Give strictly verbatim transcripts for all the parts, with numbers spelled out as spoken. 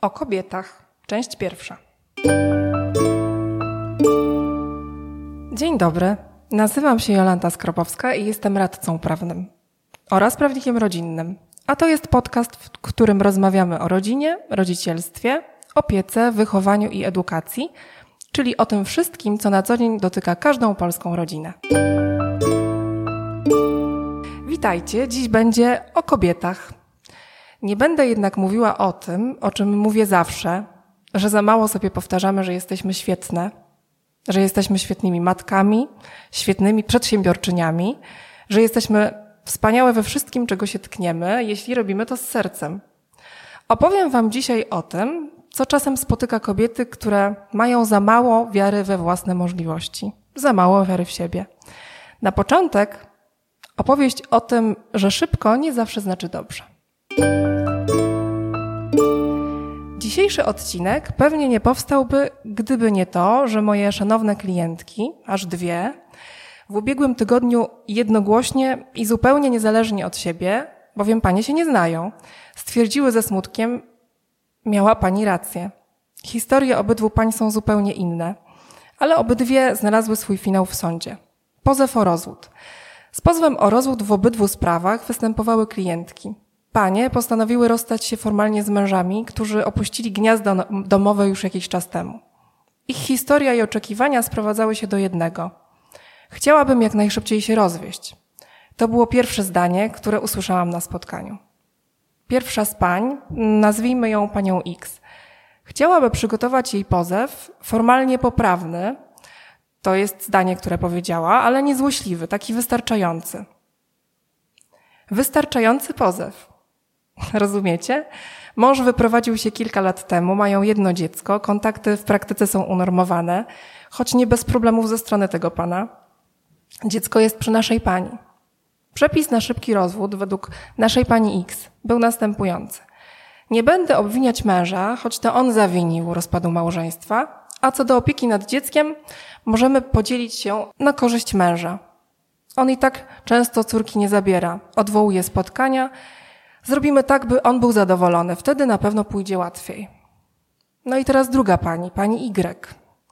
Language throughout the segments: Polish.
O kobietach. Część pierwsza. Dzień dobry. Nazywam się Jolanta Skropowska i jestem radcą prawnym oraz prawnikiem rodzinnym. A to jest podcast, w którym rozmawiamy o rodzinie, rodzicielstwie, opiece, wychowaniu i edukacji, czyli o tym wszystkim, co na co dzień dotyka każdą polską rodzinę. Witajcie, dziś będzie o kobietach. Nie będę jednak mówiła o tym, o czym mówię zawsze, że za mało sobie powtarzamy, że jesteśmy świetne, że jesteśmy świetnymi matkami, świetnymi przedsiębiorczyniami, że jesteśmy wspaniałe we wszystkim, czego się tkniemy, jeśli robimy to z sercem. Opowiem wam dzisiaj o tym, co czasem spotyka kobiety, które mają za mało wiary we własne możliwości, za mało wiary w siebie. Na początek opowieść o tym, że szybko nie zawsze znaczy dobrze. Dzisiejszy odcinek pewnie nie powstałby, gdyby nie to, że moje szanowne klientki, aż dwie, w ubiegłym tygodniu jednogłośnie i zupełnie niezależnie od siebie, bowiem panie się nie znają, stwierdziły ze smutkiem: miała pani rację. Historie obydwu pań są zupełnie inne, ale obydwie znalazły swój finał w sądzie. Pozew o rozwód. Z pozwem o rozwód w obydwu sprawach występowały klientki. Panie postanowiły rozstać się formalnie z mężami, którzy opuścili gniazdo domowe już jakiś czas temu. Ich historia i oczekiwania sprowadzały się do jednego. Chciałabym jak najszybciej się rozwieść. To było pierwsze zdanie, które usłyszałam na spotkaniu. Pierwsza z pań, nazwijmy ją panią X, chciałaby przygotować jej pozew formalnie poprawny, to jest zdanie, które powiedziała, ale niezłośliwy, taki wystarczający. Wystarczający pozew. Rozumiecie? Mąż wyprowadził się kilka lat temu, mają jedno dziecko, kontakty w praktyce są unormowane, choć nie bez problemów ze strony tego pana. Dziecko jest przy naszej pani. Przepis na szybki rozwód według naszej pani X był następujący. Nie będę obwiniać męża, choć to on zawinił rozpadu małżeństwa, a co do opieki nad dzieckiem, możemy podzielić się na korzyść męża. On i tak często córki nie zabiera, odwołuje spotkania. Zrobimy tak, by on był zadowolony. Wtedy na pewno pójdzie łatwiej. No i teraz druga pani, pani Y.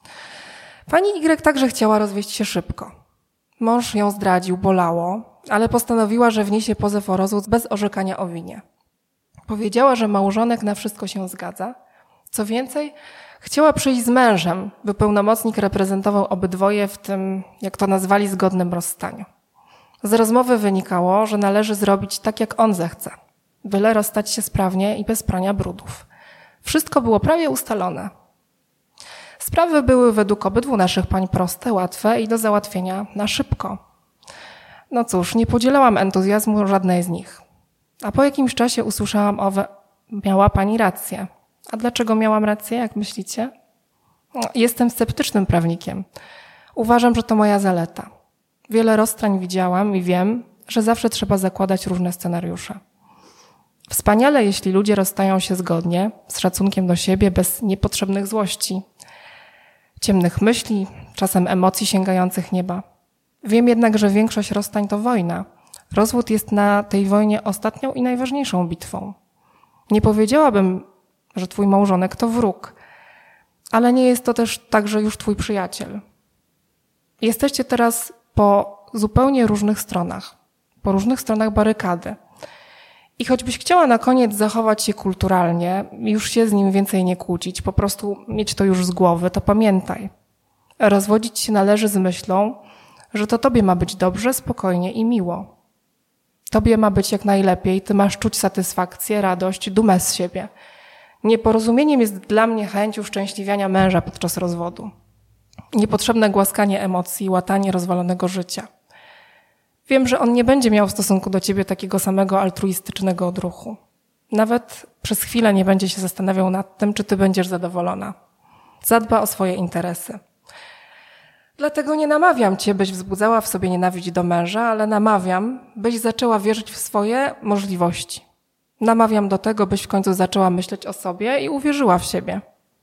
Pani Y także chciała rozwieść się szybko. Mąż ją zdradził, bolało, ale postanowiła, że wniesie pozew o rozwód bez orzekania o winie. Powiedziała, że małżonek na wszystko się zgadza. Co więcej, chciała przyjść z mężem, by pełnomocnik reprezentował obydwoje w tym, jak to nazwali, zgodnym rozstaniu. Z rozmowy wynikało, że należy zrobić tak, jak on zechce, byle rozstać się sprawnie i bez prania brudów. Wszystko było prawie ustalone. Sprawy były według obydwu naszych pań proste, łatwe i do załatwienia na szybko. No cóż, nie podzielałam entuzjazmu żadnej z nich. A po jakimś czasie usłyszałam owe: miała pani rację. A dlaczego miałam rację, jak myślicie? Jestem sceptycznym prawnikiem. Uważam, że to moja zaleta. Wiele rozstrań widziałam i wiem, że zawsze trzeba zakładać różne scenariusze. Wspaniale, jeśli ludzie rozstają się zgodnie, z szacunkiem do siebie, bez niepotrzebnych złości, ciemnych myśli, czasem emocji sięgających nieba. Wiem jednak, że większość rozstań to wojna. Rozwód jest na tej wojnie ostatnią i najważniejszą bitwą. Nie powiedziałabym, że twój małżonek to wróg, ale nie jest to też także już twój przyjaciel. Jesteście teraz po zupełnie różnych stronach, po różnych stronach barykady. I choćbyś chciała na koniec zachować się kulturalnie, już się z nim więcej nie kłócić, po prostu mieć to już z głowy, to pamiętaj. Rozwodzić się należy z myślą, że to tobie ma być dobrze, spokojnie i miło. Tobie ma być jak najlepiej, ty masz czuć satysfakcję, radość, dumę z siebie. Nieporozumieniem jest dla mnie chęć uszczęśliwiania męża podczas rozwodu. Niepotrzebne głaskanie emocji, łatanie rozwalonego życia. Wiem, że on nie będzie miał w stosunku do ciebie takiego samego altruistycznego odruchu. Nawet przez chwilę nie będzie się zastanawiał nad tym, czy ty będziesz zadowolona. Zadba o swoje interesy. Dlatego nie namawiam cię, byś wzbudzała w sobie nienawiść do męża, ale namawiam, byś zaczęła wierzyć w swoje możliwości. Namawiam do tego, byś w końcu zaczęła myśleć o sobie i uwierzyła w siebie.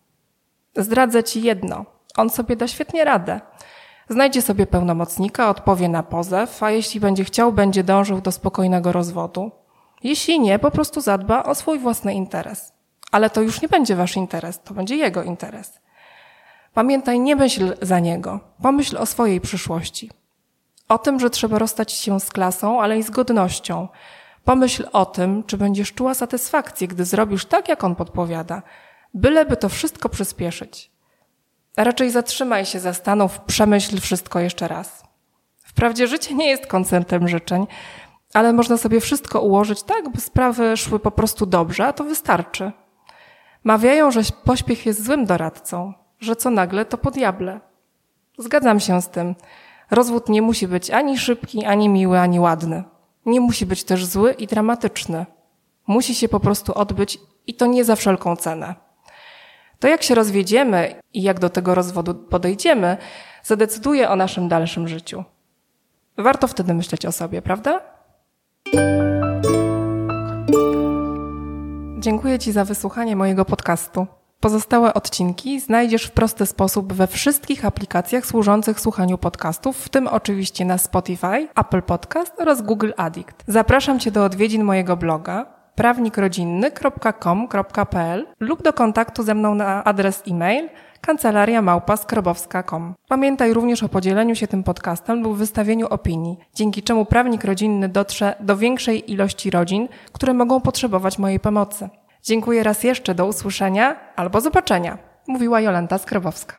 Zdradzę ci jedno. On sobie da świetnie radę. Znajdzie sobie pełnomocnika, odpowie na pozew, a jeśli będzie chciał, będzie dążył do spokojnego rozwodu. Jeśli nie, po prostu zadba o swój własny interes. Ale to już nie będzie wasz interes, to będzie jego interes. Pamiętaj, nie myśl za niego. Pomyśl o swojej przyszłości. O tym, że trzeba rozstać się z klasą, ale i z godnością. Pomyśl o tym, czy będziesz czuła satysfakcję, gdy zrobisz tak, jak on podpowiada. Byleby to wszystko przyspieszyć. A raczej zatrzymaj się, zastanów, przemyśl wszystko jeszcze raz. Wprawdzie życie nie jest koncertem życzeń, ale można sobie wszystko ułożyć tak, by sprawy szły po prostu dobrze, a to wystarczy. Mawiają, że pośpiech jest złym doradcą, że co nagle to po diable. Zgadzam się z tym. Rozwód nie musi być ani szybki, ani miły, ani ładny. Nie musi być też zły i dramatyczny. Musi się po prostu odbyć i to nie za wszelką cenę. To jak się rozwiedziemy i jak do tego rozwodu podejdziemy, zadecyduje o naszym dalszym życiu. Warto wtedy myśleć o sobie, prawda? Dziękuję Ci za wysłuchanie mojego podcastu. Pozostałe odcinki znajdziesz w prosty sposób we wszystkich aplikacjach służących słuchaniu podcastów, w tym oczywiście na Spotify, Apple Podcast oraz Google Addict. Zapraszam Cię do odwiedzin mojego bloga prawnik rodzinny kropka com kropka p l lub do kontaktu ze mną na adres e-mail kancelaria małpa skrobowska kropka com. Pamiętaj również o podzieleniu się tym podcastem lub wystawieniu opinii, dzięki czemu prawnik rodzinny dotrze do większej ilości rodzin, które mogą potrzebować mojej pomocy. Dziękuję raz jeszcze, do usłyszenia albo zobaczenia, mówiła Jolanta Skrobowska.